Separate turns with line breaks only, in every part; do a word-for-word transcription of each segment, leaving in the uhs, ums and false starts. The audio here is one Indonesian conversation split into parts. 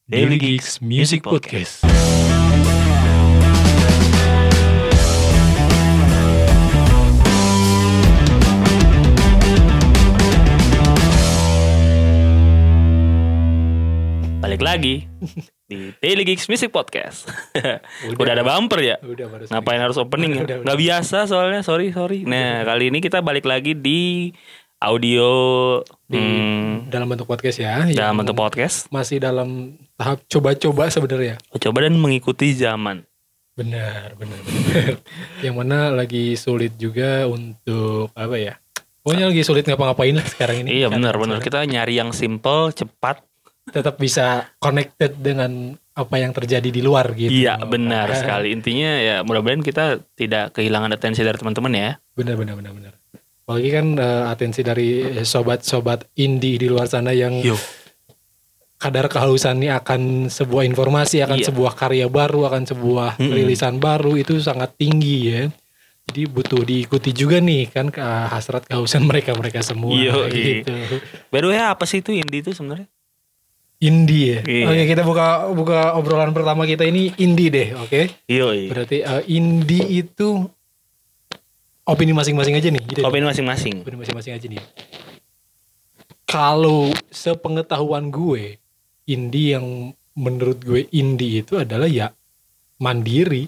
Daily Geeks Music Podcast. Balik lagi di Daily Geeks Music Podcast. Udah, udah ada bumper ya?
Udah, baru
Ngapain harus opening ya? Nggak biasa soalnya, sorry sorry. Nah kali ini kita balik lagi di audio
di, hmm, dalam bentuk podcast ya.
Dalam bentuk podcast.
Masih dalam tahap coba-coba sebenarnya.
Coba dan mengikuti zaman.
Benar, benar, benar. Yang mana lagi sulit juga untuk apa ya? Pokoknya lagi sulit ngapa-ngapain lah sekarang ini.
Iya benar, benar. Kita nyari yang simple, cepat,
tetap bisa connected dengan apa yang terjadi di luar gitu.
Iya benar nah, sekali. Intinya ya mudah-mudahan kita tidak kehilangan atensi dari teman-teman ya.
Benar benar benar benar. Apalagi kan uh, atensi dari sobat-sobat indie di luar sana yang Yo. kadar kehausannya akan sebuah informasi, akan iya. sebuah karya baru, akan sebuah mm-hmm. rilisan baru itu sangat tinggi ya. Jadi butuh diikuti juga nih kan uh, hasrat kehausan mereka-mereka semua. Yo, gitu.
By the way apa sih itu indie itu sebenarnya?
Indie ya.
Iya.
Oke, kita buka buka obrolan pertama kita ini indie deh, oke?
Iya.
Berarti uh, indie itu opini masing-masing aja nih. Gitu
opini masing-masing.
Opini masing-masing aja nih. Kalau sepengetahuan gue, indie yang menurut gue indie itu adalah ya mandiri.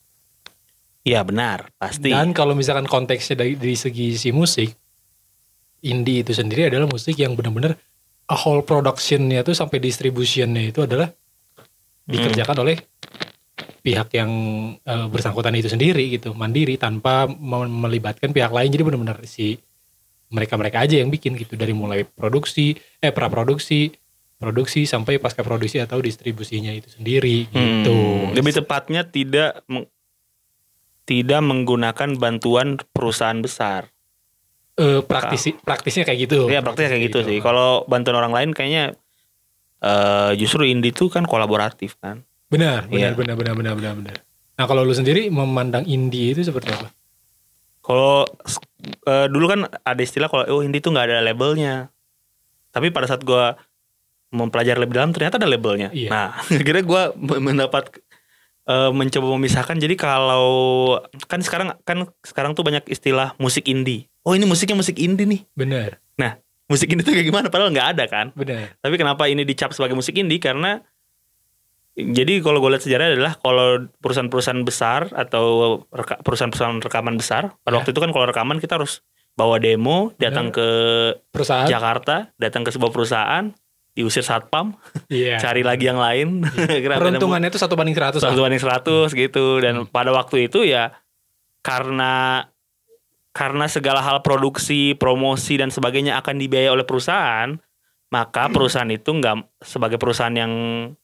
Iya benar, pasti.
Dan kalau misalkan konteksnya dari, dari segi si musik, indie itu sendiri adalah musik yang benar-benar a whole productionnya tuh sampai distributionnya itu adalah hmm. dikerjakan oleh pihak yang uh, bersangkutan itu sendiri gitu, mandiri tanpa melibatkan pihak lain. Jadi benar-benar si mereka-mereka aja yang bikin gitu, dari mulai produksi, eh praproduksi, produksi sampai pasca produksi atau distribusinya itu sendiri gitu.
Hmm. Lebih tepatnya tidak meng- tidak menggunakan bantuan perusahaan besar.
Uh, praktisi, praktisnya kayak gitu.
Iya praktisnya kayak gitu, gitu sih. Kalau bantuan orang lain kayaknya uh, justru indie itu kan kolaboratif kan.
Benar, benar,
Iya.
benar, benar, benar, benar, benar. Nah kalau lu sendiri memandang indie itu seperti apa?
Kalau uh, dulu kan ada istilah kalau oh indie itu nggak ada labelnya. Tapi pada saat gue mempelajari lebih dalam ternyata ada labelnya.
Iya.
Nah akhirnya gue mendapat uh, mencoba memisahkan. Jadi kalau kan sekarang kan sekarang tuh banyak istilah musik indie. Oh ini musiknya musik indie nih.
Benar.
Nah musik indie itu kayak gimana? Padahal nggak ada kan.
Benar.
Tapi kenapa ini dicap sebagai musik indie? Karena jadi kalau gue lihat sejarah adalah kalau perusahaan-perusahaan besar atau reka, perusahaan-perusahaan rekaman besar pada ya. Waktu itu kan kalau rekaman kita harus bawa demo, datang Benar. ke
perusahaan
Jakarta, datang ke sebuah perusahaan, diusir satpam,
ya.
cari lagi yang lain.
Ya. Peruntungannya itu satu banding seratus.
Satu banding seratus gitu. Dan hmm. pada waktu itu ya karena karena segala hal produksi, promosi dan sebagainya akan dibiayai oleh perusahaan, maka perusahaan itu nggak sebagai perusahaan yang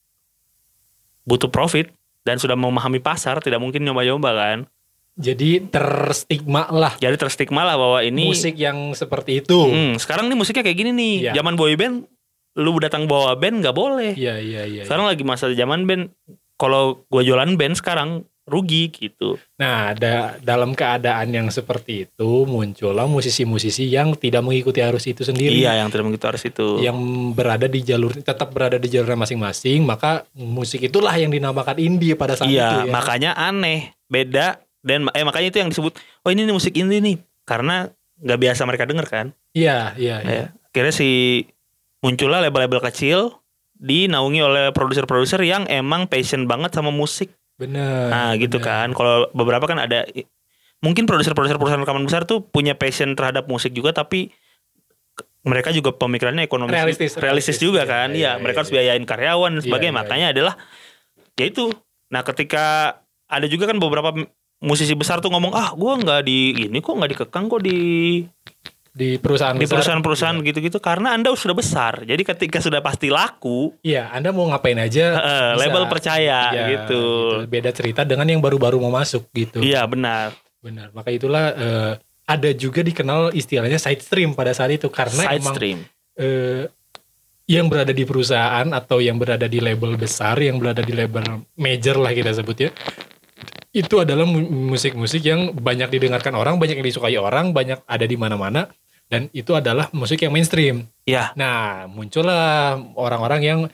butuh profit dan sudah memahami pasar, tidak mungkin nyoba-nyoba kan.
Jadi terstigma lah.
Jadi terstigma lah bahwa ini
musik yang seperti itu.
Hmm, sekarang nih musiknya kayak gini nih. Ya. Zaman boy band, lu datang bawa band nggak boleh.
Iya iya iya.
Sekarang
ya.
lagi masa zaman band. Kalau gua jualan band sekarang rugi gitu.
Nah, da- dalam keadaan yang seperti itu muncullah musisi-musisi yang tidak mengikuti arus itu sendiri.
Iya, yang tidak mengikuti arus itu.
Yang berada di jalur, tetap berada di jalurnya masing-masing, maka musik itulah yang dinamakan indie pada saat
iya,
itu. Iya,
ya. Makanya aneh, beda dan eh makanya itu yang disebut, oh ini nih musik indie nih, karena nggak biasa mereka denger kan.
Iya, iya. iya.
Ya, akhirnya si muncullah label-label kecil dinaungi oleh produser-produser yang emang passion banget sama musik.
Bener.
Nah gitu bener. Kan. Kalau beberapa kan ada mungkin produser-produser perusahaan rekaman besar tuh punya passion terhadap musik juga, tapi mereka juga pemikirannya ekonomis
realistis,
realistis juga kan. Iya, ya, ya,
ya,
mereka harus
ya.
biayain karyawan dan sebagainya. Ya, ya, makanya ya. adalah ya itu. Nah ketika ada juga kan beberapa musisi besar tuh ngomong ah gue nggak di ini kok nggak dikekang kok di
di perusahaan
di
besar,
perusahaan-perusahaan
ya.
gitu-gitu karena Anda sudah besar. Jadi ketika sudah pasti laku,
iya, Anda mau ngapain aja
uh, label percaya ya, gitu.
gitu. Beda cerita dengan yang baru-baru mau masuk gitu.
Iya, benar.
Benar. Maka itulah uh, ada juga dikenal istilahnya side stream pada saat itu karena
side
emang
stream.
Uh, yang berada di perusahaan atau yang berada di label besar, yang berada di label major lah kita sebut ya. Itu adalah musik-musik yang banyak didengarkan orang, banyak yang disukai orang, banyak ada di mana-mana. Dan itu adalah musik yang mainstream.
Ya.
Nah, muncullah orang-orang yang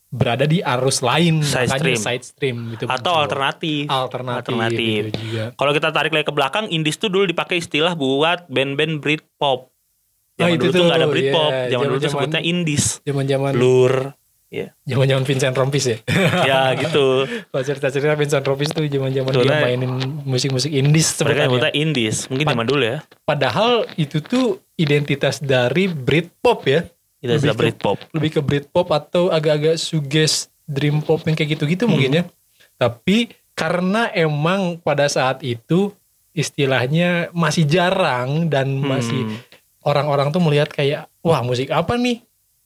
berada di arus lain,
Side
makanya
stream.
side stream gitu
Atau
muncul.
alternatif.
alternatif,
Alternatif.
gitu juga.
Kalau kita tarik lagi ke belakang, indies tuh dulu dipakai istilah buat band-band Britpop. Zaman
Oh, itu
dulu tuh
tuh,
nggak ada Britpop,
iya,
zaman dulu tuh
zaman-zaman-
sebutnya indies.
Zaman-zaman
Blur. Ya.
zaman-zaman Vincent Rompis ya.
Ya gitu.
Kalau cerita-cerita Vincent Rompis tuh zaman-zaman dia
Soalnya-
mainin musik-musik indies
Mereka
sebenarnya.
nyebutnya indies. Mungkin
Pan-
zaman dulu ya.
Padahal itu tuh identitas dari Britpop ya.
Itu
Lebih
istilah
ke-
Britpop.
Lebih ke Britpop atau agak-agak suggest dream pop yang kayak gitu-gitu
Hmm.
mungkin ya. Tapi karena emang pada saat itu istilahnya masih jarang dan masih
Hmm.
orang-orang tuh melihat kayak wah musik apa nih?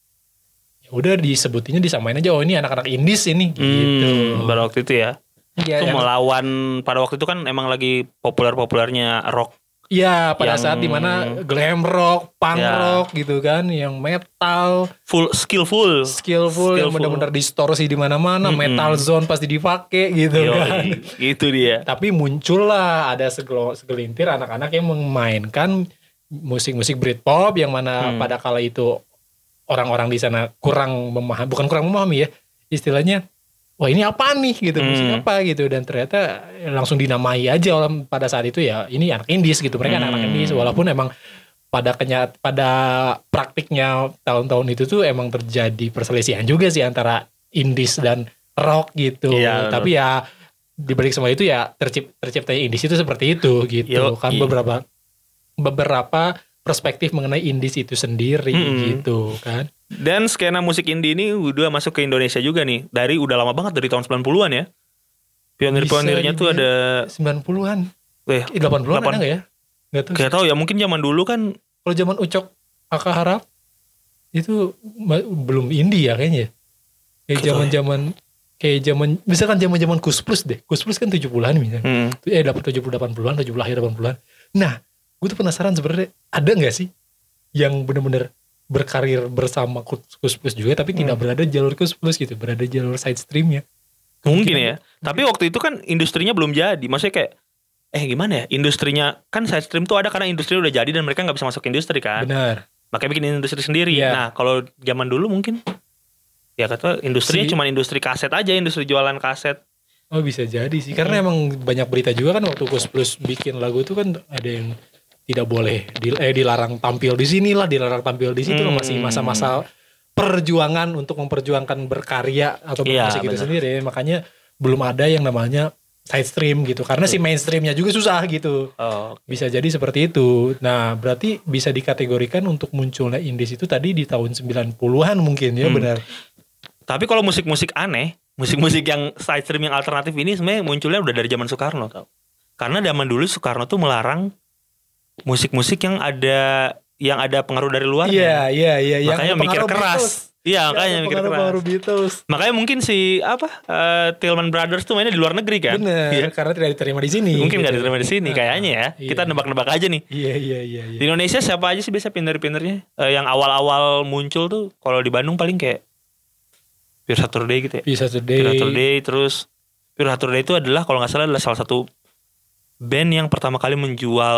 Ya udah disebutinnya disamain aja oh ini anak-anak indies ini gitu.
Hmm, pada waktu itu ya.
Iya,
Itu
yang-
melawan pada waktu itu kan emang lagi populer-populernya rock.
Iya, pada
yang-
saat dimana glam rock, punk
Ya.
rock gitu kan, yang metal,
Full skillful.
skillful, yang
Skillful.
benar-benar distorsi di mana-mana,
Mm-mm.
metal zone pasti dipakai gitu
Yoi,
kan.
itu dia.
Tapi muncullah ada segelo- segelintir anak-anak yang memainkan musik-musik Britpop yang mana
Hmm.
pada kala itu orang-orang di sana kurang memahami, bukan kurang memahami ya, istilahnya wah ini apa nih gitu, musik
Hmm.
apa gitu, dan ternyata langsung dinamai aja orang pada saat itu ya ini anak indies gitu, mereka
Hmm.
anak-anak indies walaupun emang pada kenyat pada praktiknya tahun-tahun itu tuh emang terjadi perselisihan juga sih antara indies dan rock gitu.
Iya,
Tapi ya dibalik semua itu ya tercip, terciptanya indies itu seperti itu gitu.
Yo,
kan
i-
beberapa beberapa perspektif mengenai indies itu sendiri
Mm-mm.
gitu kan.
Dan skena musik indie ini udah masuk ke Indonesia juga nih. Dari udah lama banget dari tahun sembilan puluhan ya. Pionir-pionirnya
Bisa
tuh ada
sembilan puluhan,
eh
eh, delapan puluhan
delapan-
ada nggak ya? Nggak tahu.
gak tahu ya, mungkin zaman dulu kan
Kalau zaman Ucok Aka Harap itu ma- belum indie ya kayaknya. Kayak
Gak tahu
zaman-zaman kayak zaman misalkan zaman-zaman Kus Plus deh. Kus Plus kan tujuh puluhan misalnya.
hmm,
Eh dapat tujuh puluh delapan puluhan, tujuh puluh akhir delapan puluhan. Nah, gue tuh penasaran sebenarnya ada nggak sih yang benar-benar berkarir bersama Kus Kus Plus juga tapi tidak
Hmm.
berada jalur Kus Plus gitu, berada jalur side streamnya.
mungkin ya. Tapi waktu itu kan industrinya belum jadi. Maksudnya kayak eh gimana ya? Industrinya kan side stream tuh ada karena industri udah jadi dan mereka nggak bisa masuk ke industri kan.
Benar.
Makanya bikin industri sendiri.
Iya.
Nah, kalau zaman dulu mungkin ya kata industrinya
Si-
cuma industri kaset aja, industri jualan kaset.
Oh bisa jadi sih karena
Hmm.
emang banyak berita juga kan waktu Kus Plus bikin lagu itu kan ada yang tidak boleh di, eh dilarang tampil di sini lah, dilarang tampil di situ lah,
Hmm.
masih masa-masa perjuangan untuk memperjuangkan berkarya atau
Iya,
bermusik itu
benar.
sendiri. Makanya belum ada yang namanya side stream gitu karena si mainstreamnya juga susah gitu.
Oh,
Bisa jadi seperti itu. Nah, berarti bisa dikategorikan untuk munculnya indies itu tadi di tahun sembilan puluhan mungkin ya,
Hmm.
benar.
tapi kalau musik-musik aneh, musik-musik yang side stream yang alternatif ini sebenarnya munculnya udah dari zaman Soekarno tau. Karena zaman dulu Soekarno tuh melarang musik-musik yang ada yang ada pengaruh dari luar.
Iya, iya, iya, yang
Makanya mikir
pengaruh
keras.
Beatles.
Iya, makanya
Yang
mikir keras.
pengaruh Beatles.
Makanya mungkin si apa eh, Tillman Brothers tuh mainnya di luar negeri kan?
Bener,
Iya.
karena tidak diterima di sini.
Mungkin nggak
gitu.
diterima di sini
Nah,
kayaknya ya.
iya.
Kita nebak-nebak aja nih.
Iya, iya, iya, iya.
Di Indonesia siapa aja sih biasa pinter-pinternya? Eh, yang awal-awal muncul tuh kalau di Bandung paling kayak Pure Saturday gitu ya.
Bisa
Pure
today.
Saturday terus Pure Saturday itu adalah kalau nggak salah adalah salah satu band yang pertama kali menjual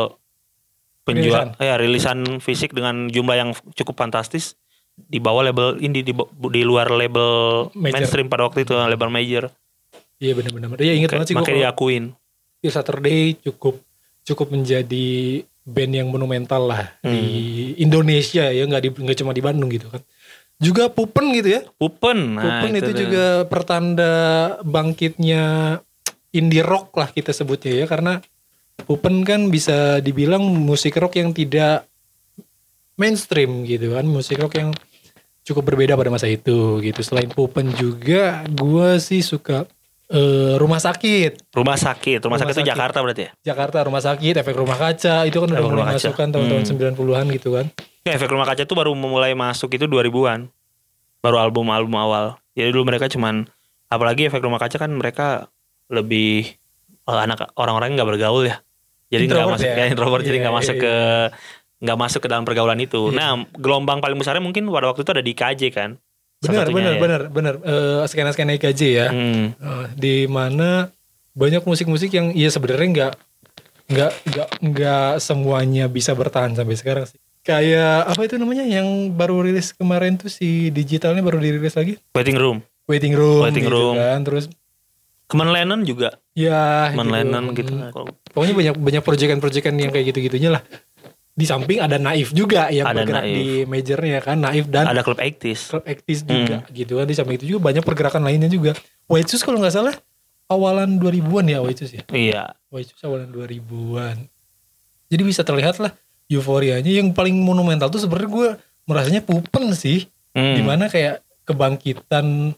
penjual
Rilisan.
ya rilisan fisik dengan jumlah yang cukup fantastis di bawah label indie di, bo- di luar label
Major.
mainstream pada waktu itu label major.
Iya benar-benar. Iya ingat banget sih gue.
Makanya diakuin.
Pure Saturday cukup cukup menjadi band yang monumental lah
Hmm.
di Indonesia ya, nggak di nggak cuma di Bandung gitu kan. Juga Pupen gitu ya.
Pupen. Nah,
Pupen itu,
tuh.
juga pertanda bangkitnya indie rock lah kita sebutnya ya, karena Pupen kan bisa dibilang musik rock yang tidak mainstream gitu kan, musik rock yang cukup berbeda pada masa itu gitu. Selain Pupen juga gua sih suka eh, Rumah Sakit.
Rumah sakit. Rumah,
Rumah
sakit itu
Sakit.
Jakarta berarti ya?
Jakarta Rumah Sakit, Efek Rumah Kaca itu kan udah
Efek
mulai
Rumah Kaca.
masukkan tahun-tahun
Hmm.
sembilan puluhan gitu kan.
Ya, Efek Rumah Kaca itu baru mulai masuk itu dua ribuan. Baru album-album awal. Jadi dulu mereka cuman apalagi Efek Rumah Kaca kan mereka lebih eh, anak orang-orang yang nggak bergaul ya. Jadi nggak
Introvert
masuk
ya?
ya, introvert jadi
Iya,
nggak
iya,
masuk
iya.
ke nggak masuk ke dalam pergaulan itu.
Iya.
Nah, gelombang paling besarnya mungkin pada waktu itu ada di K J kan.
Benar,
Salah satunya
benar,
ya.
benar, benar. Eh, skena-skena I K J ya.
Hmm.
Eh, di mana banyak musik-musik yang iya sebenarnya nggak nggak nggak nggak semuanya bisa bertahan sampai sekarang sih. Kayak apa itu namanya yang baru rilis kemarin tuh, si digitalnya baru dirilis lagi.
Waiting Room.
Waiting Room.
Waiting
gitu
Room.
kan. Terus
Common Lennon juga.
ya
Common
gitu.
Lennon gitu.
Hmm. Pokoknya banyak banyak proyekan-proyekan yang kayak gitu-gitunya lah. Di samping ada Naif juga yang
Ada
bergerak
Naif.
di majornya kan, Naif dan
Ada Club delapan puluh.
Club Actis juga gitu kan. Di samping itu juga banyak pergerakan lainnya juga. White Shoes kalau nggak salah awalan dua ribuan ya White Shoes ya.
Iya.
White Shoes awalan dua ribuan. Jadi bisa terlihat lah euforianya. Yang paling monumental tuh sebenarnya gue merasanya Pupen sih.
Hmm.
Dimana kayak kebangkitan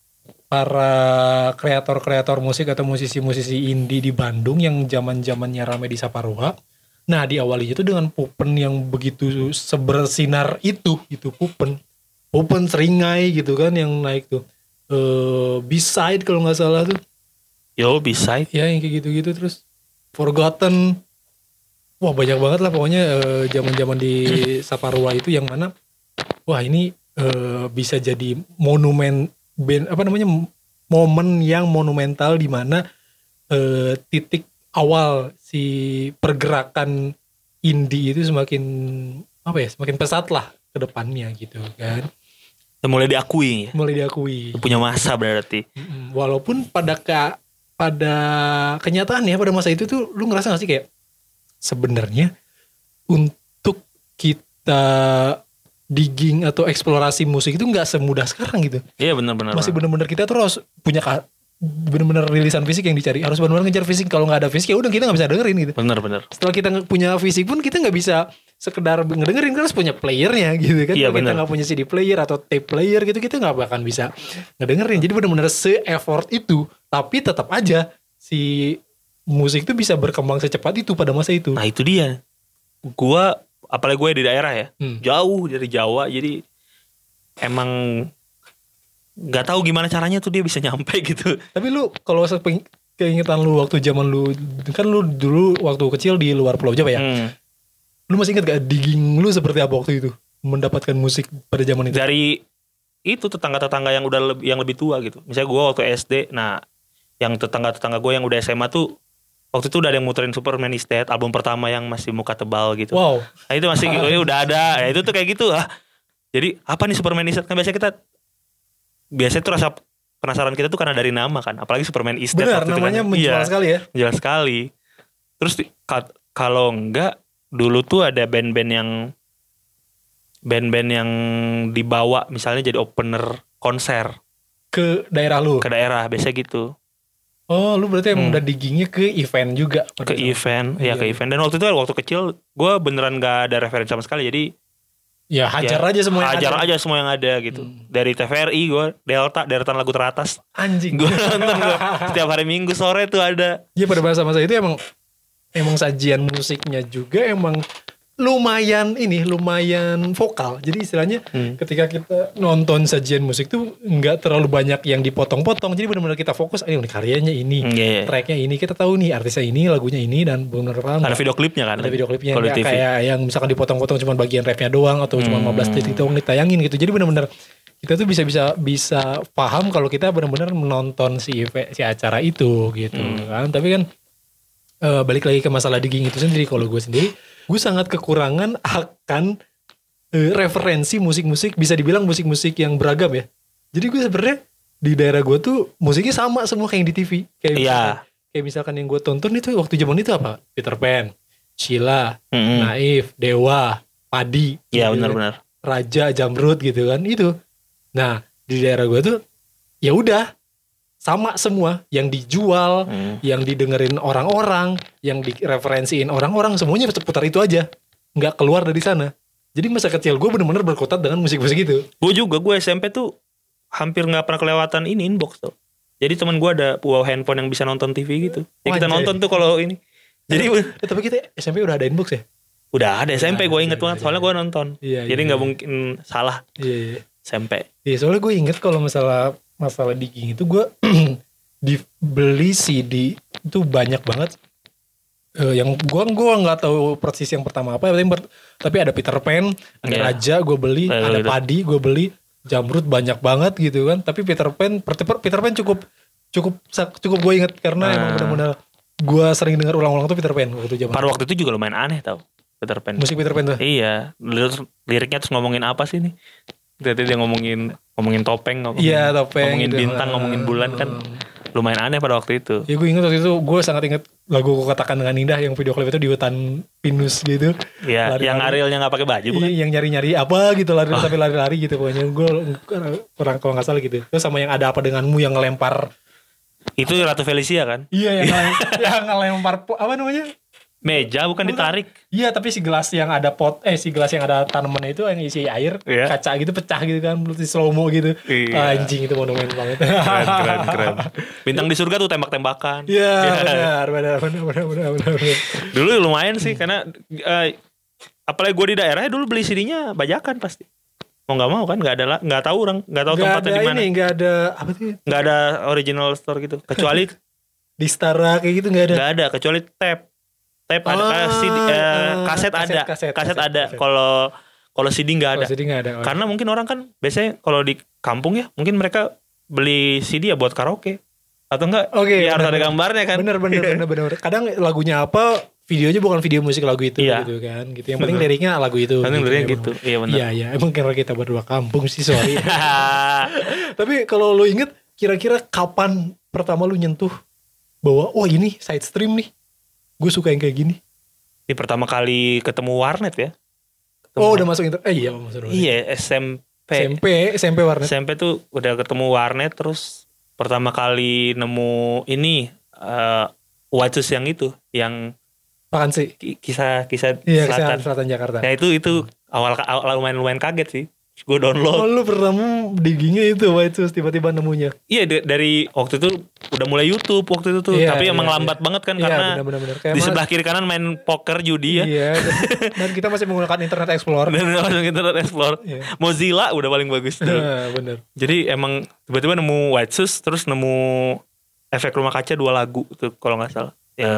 para kreator-kreator musik atau musisi-musisi indie di Bandung yang zaman-zamannya rame di Saparua. Nah diawalinya itu dengan Pupen yang begitu sebersinar itu gitu. Pupen Pupen Seringai gitu kan yang naik tuh. Uh, B-side kalau nggak salah tuh.
Yo, B-side.
Ya yang kayak gitu-gitu. Terus Forgotten. Wah banyak banget lah pokoknya uh, zaman-zaman di Saparua itu yang mana wah ini uh, bisa jadi monumen band, apa namanya, momen yang monumental di mana uh, titik awal si pergerakan indie itu semakin apa ya, semakin pesat lah ke depannya gitu kan.
Mulai diakui ya.
Mulai diakui.
Punya masa berarti.
Walaupun pada ke, pada kenyataannya pada masa itu tuh lu ngerasa gak sih kayak sebenarnya untuk kita digging atau eksplorasi musik itu nggak semudah sekarang gitu.
Iya benar-benar.
Masih benar-benar kita terus punya benar-benar rilisan fisik yang dicari. Harus benar-benar ngejar fisik. Kalau nggak ada fisik ya udah kita nggak bisa dengerin gitu.
Benar-benar.
Setelah kita punya fisik pun kita nggak bisa sekedar ngedengerin, kita harus punya playernya gitu kan.
Iya,
kalau kita nggak punya C D player atau tape player gitu kita nggak bahkan bisa ngedengerin. Jadi benar-benar se-effort itu. Tapi tetap aja si musik itu bisa berkembang secepat itu pada masa itu.
Nah itu dia. Gua apalagi gue di daerah ya,
Hmm.
jauh dari Jawa, jadi emang nggak tahu gimana caranya tuh dia bisa nyampe gitu.
Tapi lu kalau sepeng- keingetan lu waktu zaman lu, kan lu dulu waktu kecil di luar Pulau Jawa ya,
Hmm.
lu masih ingat gak digging lu seperti apa waktu itu mendapatkan musik pada zaman itu?
Dari itu tetangga-tetangga yang udah lebih, yang lebih tua gitu. Misalnya gue waktu S D, nah yang tetangga-tetangga gue yang udah S M A tuh waktu itu udah ada yang muterin Superman is Dead, album pertama yang masih muka tebal gitu.
Wow.
Nah itu masih oh, udah ada. Nah itu tuh kayak gitu ah. Jadi apa nih Superman is Dead? Kan biasanya kita biasanya tuh rasa penasaran kita tuh karena dari nama kan. Apalagi Superman is Dead.
Benar, namanya
kan.
menjual
Iya,
sekali ya.
menjual sekali. Terus di- ka- kalau enggak dulu tuh ada band-band yang band-band yang dibawa misalnya jadi opener konser
Ke daerah lu.
ke daerah biasa gitu.
Oh, lu berarti emang
Hmm.
udah diggingnya ke event juga. pada
Ke
saat-
event,
Iya.
ya ke event. Dan waktu itu waktu kecil gue beneran gak ada referensi sama sekali. Jadi
Ya hajar
ya,
aja semua yang
hajar
ada.
aja semua yang ada gitu.
Hmm.
Dari T V R I gue Delta, deretan lagu teratas.
Anjing.
Gue nonton gua. Setiap hari Minggu sore tuh ada.
Ya pada masa-masa itu emang emang sajian musiknya juga emang lumayan ini, lumayan vokal. Jadi istilahnya
Hmm.
ketika kita nonton sajian musik tuh nggak terlalu banyak yang dipotong-potong. Jadi benar-benar kita fokus, ah, ini karyanya ini,
Hmm, iya, iya.
tracknya ini, kita tahu nih artisnya ini, lagunya ini, dan benar-benar paham.
Ada video klipnya kan.
Ada video klipnya,
kalau
nggak
di T V.
kayak yang misalkan dipotong-potong cuma bagian rapnya doang atau cuma
Hmm.
lima belas detik doang ditayangin gitu. Jadi benar-benar kita tuh bisa bisa bisa paham kalau kita benar-benar menonton si eve- si acara itu gitu
Hmm.
kan. Tapi kan eh, balik lagi ke masalah digging itu sendiri, kalau gue sendiri gue sangat kekurangan akan eh, referensi musik-musik, bisa dibilang musik-musik yang beragam ya. Jadi gue sebenarnya di daerah gue tuh musiknya sama semua kayak yang di T V. Kayak
Iya.
misalkan, kayak misalkan yang gue tonton itu waktu zaman itu apa? Peter Pan, Sheila,
Mm-mm.
Naif, Dewa, Padi,
Iya
gitu.
benar-benar.
Raja, Jamrud gitu kan itu. Nah di daerah gue tuh ya udah sama semua yang dijual,
Hmm.
yang didengerin orang-orang, yang direferensiin orang-orang, semuanya seputar itu aja, nggak keluar dari sana. Jadi masa kecil gue bener-bener berkutat dengan musik-musik itu.
Gue juga, gue S M P tuh hampir nggak pernah kelewatan ini inbox tuh. Jadi teman gue ada bawa handphone yang bisa nonton T V gitu. Ya kita
Wajay.
nonton tuh kalau ini. Jadi
Eh, tapi kita S M P udah ada inbox ya?
udah ada S M P gue inget
Iya,
banget.
iya,
Soalnya gue nonton.
Iya,
Jadi
iya,
nggak
iya.
mungkin salah
Iya, iya.
S M P.
Iya, soalnya gue inget kalau masalah masalah digging itu gue dibeli C D itu banyak banget. Eh, yang gue gue nggak tahu persis yang pertama apa, tapi, ber- tapi ada Peter Pan, ada
Iya.
Raja gue beli,
Iya,
ada
iya.
Padi gue beli, Jamrud banyak banget gitu kan. Tapi Peter Pan, Peter, Peter Pan cukup cukup cukup gue inget karena
Ah.
emang benar-benar gue sering dengar ulang-ulang tuh Peter Pan waktu zaman.
Pada waktu itu juga lumayan aneh tau. Peter Pan.
Musik Peter Pan tuh.
Iya, terus liriknya terus ngomongin apa sih nih? Jadi dia ngomongin ngomongin topeng, ngomongin,
Iya, topeng
ngomongin
gitu.
bintang, ngomongin bulan kan lumayan aneh pada waktu itu.
Ya gue inget waktu itu, gue sangat inget lagu Ku Katakan Dengan Indah yang video klip itu di hutan pinus gitu.
Iya,
Lari-lari.
yang Arielnya nggak pakai baju bukan?
Iya, yang nyari-nyari apa gitu, lari oh. sampai lari-lari gitu pokoknya. Gue kurang kalau nggak salah gitu. Terus sama yang Ada Apa Denganmu yang ngelempar.
Itu Ratu Felicia kan?
Iya, yang ngelempar, yang ngelempar apa namanya?
Meja bukan, bukan ditarik.
Iya, tapi si gelas yang ada pot eh si gelas yang ada tanamannya itu yang isi air, yeah. kaca gitu pecah gitu kan, terus slow mo gitu. Yeah. Anjing itu monumen banget.
Keren, keren, keren. Bintang di Surga tuh tembak-tembakan.
Iya, yeah, benar, benar, benar, benar, benar, benar.
Dulu lumayan sih karena uh, apalagi gue di daerahnya dulu beli C D-nya bajakan pasti. Mau nggak mau kan, nggak ada lah, nggak tahu orang, nggak tahu tempatnya di mana.
Nggak ada apa sih?
Nggak ada original store gitu, kecuali
di Stara kayak gitu nggak ada.
Nggak ada, kecuali tape. Tape oh, ada, C D, eh, kaset, kaset ada, kaset, kaset, kaset ada. Kalau kalau C D nggak ada.
C D nggak ada. Oh.
Karena mungkin orang kan biasanya kalau di kampung ya, mungkin mereka beli C D ya buat karaoke atau enggak?
Oke. Okay,
ya harus ada gambarnya kan.
Bener bener bener bener. Kadang lagunya apa, videonya bukan video musik lagu itu iya. gitu kan. Gitu. Yang penting liriknya lagu itu.
Penting
gitu,
liriknya gitu. Iya benar.
Iya iya. Emang karena kita berdua kampung sih sorry. Tapi kalau lu inget, kira-kira kapan pertama lu nyentuh bahwa oh ini side stream nih? Gue suka yang kayak gini.
Ini pertama kali ketemu warnet ya. Ketemu
oh udah masuk internet. Eh iya masuk warnet.
Iya S M P.
S M P S M P warnet.
S M P tuh udah ketemu warnet. Terus pertama kali nemu ini uh, White Shoes yang itu. Yang
apaan sih?
Kisah kisah
iya,
selatan.
Selatan Jakarta.
Ya itu itu hmm. awal, awal lumayan lumayan kaget sih. Gue download.
Oh lu pertama diggingnya itu White Shoes tiba-tiba nemunya.
Iya dari waktu itu udah mulai YouTube waktu itu tuh. Iya, tapi iya, emang iya. lambat banget kan. Iya, karena bener, bener, bener. Di sebelah kiri kanan main poker judi ya.
Iya. Dan, dan kita masih menggunakan Internet Explorer.
Dan masuk Internet Explorer. Iya. Mozilla udah paling bagus tuh.
Nah, bener.
Jadi emang tiba-tiba nemu White Shoes. Terus nemu Efek Rumah Kaca dua lagu tuh kalau gak salah. Ya,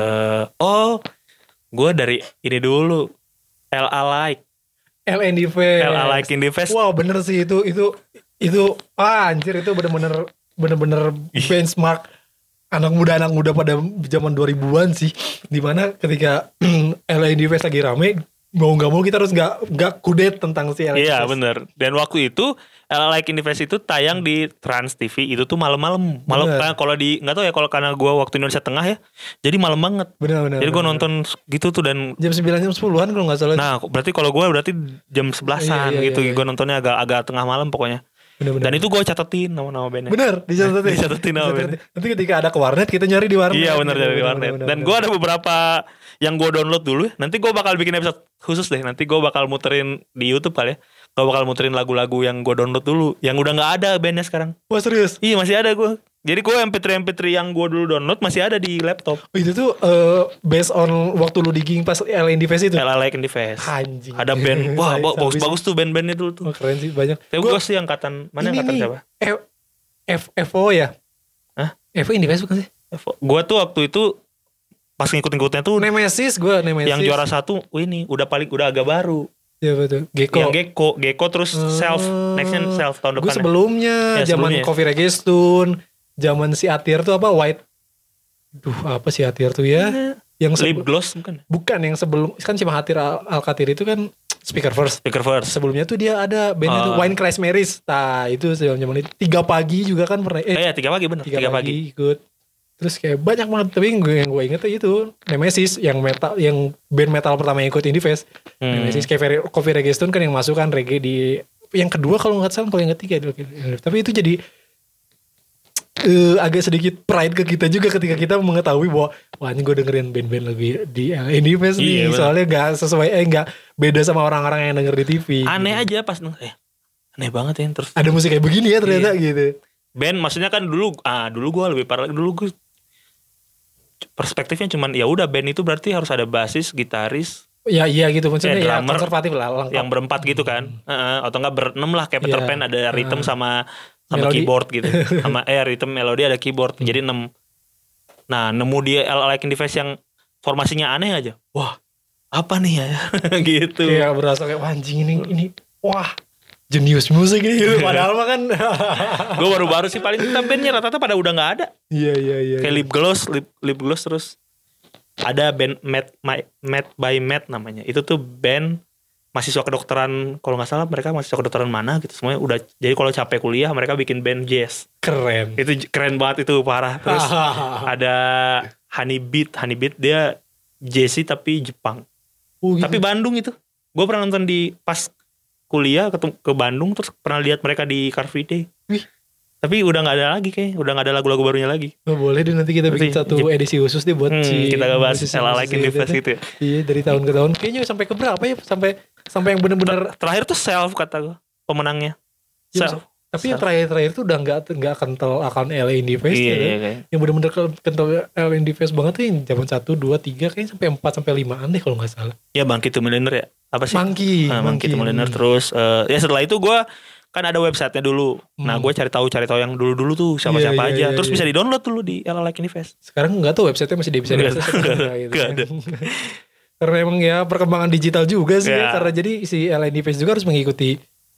oh gue dari ini dulu. L A Like.
L A in the Face.
L A Like in the Face.
Wow bener sih itu itu itu ah anjir itu bener-bener bener-bener benchmark anak muda anak muda pada zaman dua ribuan sih. Dimana ketika L A in the Face lagi rame, mau nggak mau kita harus nggak nggak kudet tentang si L A in the Face.
Iya bener. Dan waktu itu L A Like in the Face itu tayang di Trans T V itu tuh malam-malam. Malam kan kalau di nggak tahu ya kalau karena gue waktu Indonesia Tengah ya. Jadi malam banget.
Benar-benar.
Jadi gue nonton gitu tuh dan
jam sembilan jam sepuluhan kalau nggak salah.
Nah, berarti kalau gue berarti jam sebelasan iya, iya, gitu. Iya, iya. Gue nontonnya agak agak tengah malam pokoknya. Bener-bener. Dan itu gue catetin nama-nama bandnya.
Bener, dicatetin.
dicatetin nama bandnya.
Nanti ketika ada ke warnet kita nyari di warnet.
Iya bener nyari di warnet. Bener, Dan gue ada beberapa yang gue download dulu. Nanti gue bakal bikin episode khusus deh. Nanti gue bakal muterin di YouTube kali ya. Gue bakal muterin lagu-lagu yang gue download dulu. Yang udah gak ada bandnya sekarang.
Wah serius?
Iya masih ada gue. Jadi gue M P tiga M P tiga yang gue dulu download masih ada di laptop.
Oh, itu tuh uh, based on waktu lu digging pas L A in the Face itu?
L A Like in the Face.
Anjing.
Ada band. Wah bagus-bagus tuh band-bandnya dulu tuh.
Oh, keren sih banyak.
Tapi gue sih angkatan. Mana angkatan
nih,
siapa?
F, F, F O ya?
Hah?
F O in the Face bukan sih?
F O. Gue tuh waktu itu pas ngikut-ngikutnya tuh
Nemesis gue Nemesis.
Yang juara satu ini udah paling udah agak baru.
Ya betul. Gecko.
Yang Gecko, Gecko terus uh, Self, nextnya Self tahun depan.
Gue sebelumnya, ya, zaman sebelumnya. Coffee Reggaeton, zaman si Atir tuh apa White. Duh, apa si Atir tuh ya?
Yeah. Yang Lip Gloss bukan?
Bukan yang sebelum kan si Mahathir Al-Kathir itu kan Speaker First.
Speaker First.
Sebelumnya tuh dia ada bandnya uh. tuh Wine Crash Maris. Nah, itu zaman itu tiga pagi juga kan pernah eh,
eh ya, tiga pagi bener.
tiga pagi, pagi ikut. Terus kayak banyak banget, tapi gue yang gue inget tuh itu Nemesis yang metal, yang band metal pertama yang ikut in the Face. Hmm. Nemesis kayak Coffee Reggaeton kan yang masuk kan reggae di yang kedua kalau nggak salah, kalau yang ketiga itu. Tapi itu jadi uh, agak sedikit pride ke kita juga ketika kita mengetahui bahwa wah ini gue dengerin band-band lebih di in the Face nih, iya, soalnya nggak sesuai eh nggak beda sama orang-orang yang denger di T V.
Aneh
gitu.
aja pas denger, eh aneh banget ya terus.
Ada musik kayak begini ya ternyata iya. gitu.
Band maksudnya kan dulu ah dulu gue lebih parah dulu gue perspektifnya cuman ya udah band itu berarti harus ada basis, gitaris,
ya iya gitu maksudnya
ya,
ya konservatif lah lengkap.
Yang berempat gitu kan, hmm. uh, atau enggak berenam lah kayak Peter yeah. Pan ada rhythm uh. sama sama melody. Keyboard gitu, sama eh rhythm melodi ada keyboard, hmm. jadi enam. Nah nemu dia L A Like in the Face yang formasinya aneh aja, wah apa nih ya gitu.
Kayak berasa kayak wah anjing ini ini wah jenius musik ini padahal mah kan
gue baru-baru sih paling kita bandnya rata-rata pada udah nggak ada.
Iya iya iya.
Kayak lip gloss, lip lip gloss terus ada band Mad, My, Mad by Mad namanya. Itu tuh band mahasiswa kedokteran, kalau nggak salah mereka mahasiswa kedokteran mana gitu semuanya udah. Jadi kalau capek kuliah mereka bikin band jazz.
Keren.
Itu keren banget itu, parah. Terus ada Honeybeat, Honeybeat dia jazzy tapi Jepang.
Oh, gitu.
Tapi Bandung itu. Gue pernah nonton di pas kuliah ketemu ke Bandung, terus pernah lihat mereka di Car Free Day.
Wih.
Tapi udah nggak ada lagi kayak, udah nggak ada lagu-lagu barunya lagi.
Oh, boleh deh nanti kita bikin
Berarti,
satu edisi khusus deh buat
hmm,
si
kita gak bahas
musisi-
Ella Like in the
musisi
Face
itu.
gitu ya.
Iya, dari tahun ke tahun. Kayaknya sampai ke berapa ya? Sampai sampai yang bener-bener.
Ter- terakhir tuh Self kata gue pemenangnya.
Ya,
Self.
tapi yang terakhir-terakhir tuh udah nggak nggak kental akan Ella in the Face
Iya,
ya,
iya,
kan?
iya.
Yang bener-bener kental Ella in the Face banget tuh yang zaman satu, dua, tiga, kayaknya sampai empat sampai limaan deh kalau nggak salah.
Ya Bangkit to Millionaire ya. Apa sih?
Monkey,
Nah, Bangkit to
Monkey.
Millionaire. Terus eh, ya setelah itu gue kan ada websitenya dulu. Nah
Hmm.
gue cari tahu cari tahu yang dulu-dulu tuh siapa-siapa
Iya, iya,
aja.
iya,
Terus
iya.
bisa di-download dulu di Ella Like in the Face.
Sekarang nggak tahu websitenya masih bisa
Nggak
diakses
ada,
atau
nggak
enggak
ada,
gitu
nggak
kan.
ada.
Karena emang ya perkembangan digital juga sih ya.
Ya.
Karena jadi si Ella in the Face juga harus mengikuti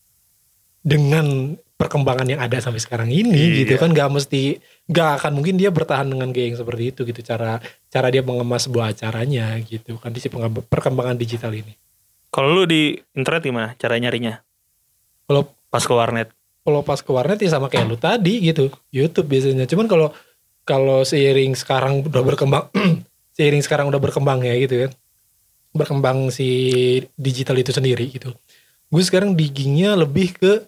dengan perkembangan yang ada sampai sekarang ini
Iya.
gitu kan. Nggak mesti, nggak akan mungkin dia bertahan dengan gaya yang seperti itu gitu, cara cara dia mengemas sebuah acaranya gitu kan di si pengem- perkembangan digital ini.
Kalau lu di internet gimana cara nyarinya?
Kalau
Pas ke warnet.
kalau pas ke warnet ya sama kayak lu tadi gitu, YouTube biasanya. Cuman kalau kalau seiring sekarang udah berkembang seiring sekarang udah berkembang ya gitu kan, berkembang si digital itu sendiri gitu, gue sekarang diggingnya lebih ke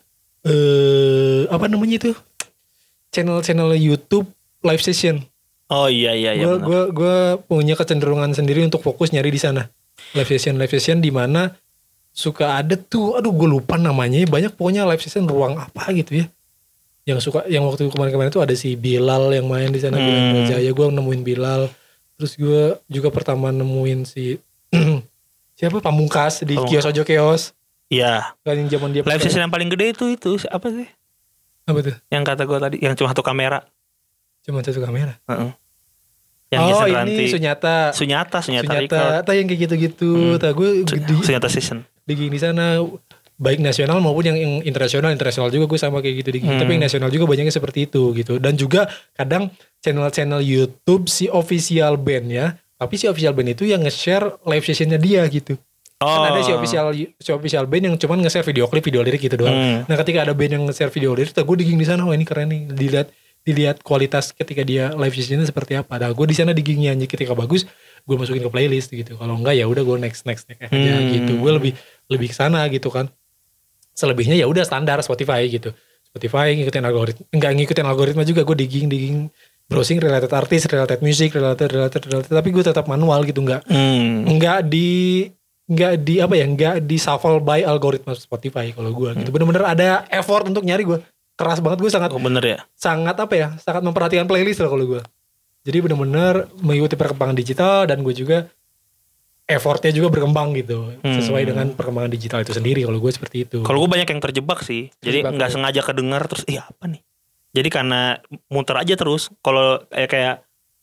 eh apa namanya itu, channel-channel YouTube live session.
Oh iya iya iya.
Gue
benar.
gue gue punya kecenderungan sendiri untuk fokus nyari di sana live session live session di mana suka ada tuh, aduh gue lupa namanya, banyak pokoknya live session ruang apa gitu ya, yang suka yang waktu kemarin-kemarin tuh ada si Bilal yang main di sana,
Hmm.
Bilal Jaya, gue nemuin Bilal. Terus gue juga pertama nemuin si siapa Pamungkas di
Pamungkas.
kios ojo kios
Iya.
kan yang zaman dia
Live
pakai-
session yang paling gede itu itu apa sih?
apa tuh,
Yang kata gue tadi, yang cuma satu kamera.
cuma satu kamera.
Heeh. Yang
Oh
Jason
ini
Ranti.
Sunyata
Sunyata, Sunyata,
Sunyata
Record.
atau yang kayak gitu-gitu.
Hmm.
Tah gue
Su-
di,
Sunyata Session.
digging di sana baik nasional maupun yang, yang internasional internasional juga gue sama kayak gitu digging.
Hmm.
Tapi yang nasional juga banyaknya seperti itu gitu. Dan juga kadang channel-channel YouTube si official band ya, tapi si official band itu yang nge-share live sessionnya dia gitu.
Oh.
Kan ada si official si official band yang cuman nge-share video klip, video lirik gitu doang.
Hmm.
Nah ketika ada band yang nge-share video lirik, tah gue digging di sana, wah ini keren nih, dilihat dilihat kualitas ketika dia live sessionnya seperti apa. Nah gue di sana diggingnya aja, ketika bagus gue masukin ke playlist gitu. Kalau enggak ya udah gue next next next aja
Hmm.
gitu. Gue lebih lebih ke sana gitu kan. Selebihnya ya udah standar Spotify gitu. Spotify ngikutin algoritma, enggak ngikutin algoritma juga, gue digging digging browsing related artis, related music, related related related, tapi gue tetap manual gitu, enggak
Hmm.
enggak di enggak di apa ya, enggak di shuffle by algoritma Spotify kalau gue gitu. Bener-bener ada effort untuk nyari, gue keras banget, gue sangat
Oh bener ya.
sangat apa ya, sangat memperhatikan playlist lah kalau gue. Jadi bener-bener mengikuti perkembangan digital, dan gue juga effortnya juga berkembang gitu, sesuai
Hmm.
dengan perkembangan digital itu sendiri. Kalau gue seperti itu.
Kalau gue banyak yang terjebak sih. Jadi
Terjebak,
nggak
ya.
sengaja kedengar terus, iya apa nih? Jadi karena muter aja terus. Kalau kayak kayak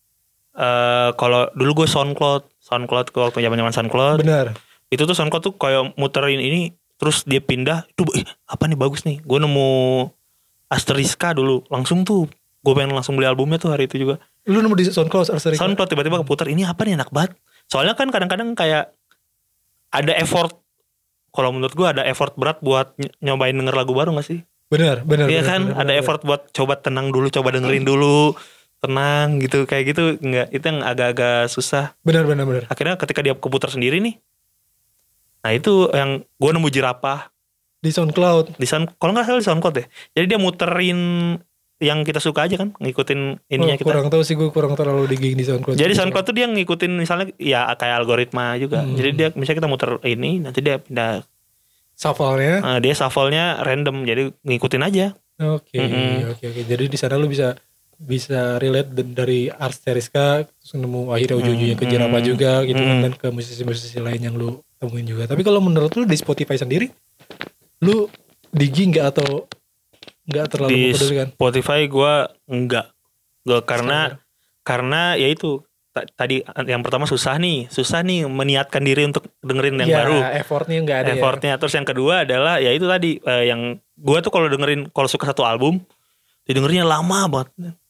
eh kalau dulu gue SoundCloud, SoundCloud waktu zaman-zaman SoundCloud.
Benar.
Itu tuh SoundCloud tuh kayak muterin ini terus dia pindah. Itu eh, apa nih bagus nih? Gue nemu Asteriska dulu, langsung tuh gue pengen langsung beli albumnya tuh hari itu juga.
Lu nemu di SoundCloud, Arserika?
SoundCloud tiba-tiba keputar, ini apa nih enak banget. Soalnya kan kadang-kadang kayak ada effort. Kalau menurut gue ada effort berat buat ny- nyobain denger lagu baru gak sih?
Benar, benar.
Iya
benar,
kan,
benar,
ada
benar.
effort buat coba tenang dulu, coba dengerin dulu, tenang gitu, kayak gitu. Enggak, itu yang agak-agak susah.
Benar, benar, benar.
Akhirnya ketika dia keputar sendiri nih, nah itu yang gue nemu Jerapah
Di SoundCloud.
di sound, kalau nggak salah di SoundCloud ya. Jadi dia muterin yang kita suka aja kan, ngikutin ininya
Oh,
kita.
kurang tahu sih, gue kurang terlalu digging di SoundCloud.
Jadi SoundCloud tuh dia ngikutin misalnya ya kayak algoritma juga.
Hmm.
Jadi dia misalnya kita muter ini, nanti dia pindah,
Shuffle-nya.
eh, dia shuffle-nya random, jadi ngikutin aja.
Oke,
Mm-mm.
oke, oke. Jadi di sana lu bisa bisa relate d- dari Asteriska, terus nemu akhirnya ujung-ujungnya ke Jerapah
Mm-mm.
juga gitu kan,
Mm-mm.
dan ke musisi-musisi lain yang lu temuin juga. Tapi kalau menurut lu di Spotify sendiri, lu digging nggak atau nggak terlalu
Di
mempedulikan?
Spotify gue enggak, gue karena
Standar.
karena ya itu ta- tadi yang pertama susah nih, susah nih meniatkan diri untuk dengerin yang
Ya,
baru.
effortnya nggak ada ya.
Effortnya. Terus yang kedua adalah ya itu tadi eh, yang gue tuh kalau dengerin, kalau suka satu album Didengernya lama banget.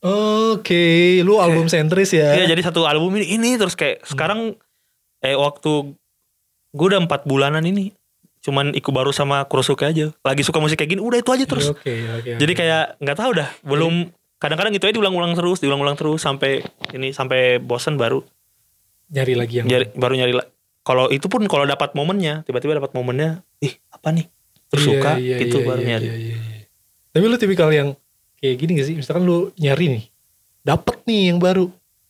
Oke, lu album sentris ya.
Iya, jadi satu album ini ini terus kayak hmm. sekarang eh waktu gue udah empat bulanan ini cuman Iku Baru sama Kurosuke aja. Lagi suka musik kayak gini, udah itu aja terus.
Oke, oke.
Jadi kayak nggak tahu dah, belum kadang-kadang itu aja diulang-ulang terus, diulang-ulang terus sampai ini sampai bosan baru
nyari lagi yang
nyari, baru nyari lagi. Kalau itu pun kalau dapat momennya, tiba-tiba dapat momennya, ih apa nih? Terus
iya,
suka
iya,
gitu
iya,
baru
iya,
nyari.
Iya, iya, iya. Tapi lu tipikal yang kayak gini gak sih? Misalkan lu nyari nih, dapet nih yang baru.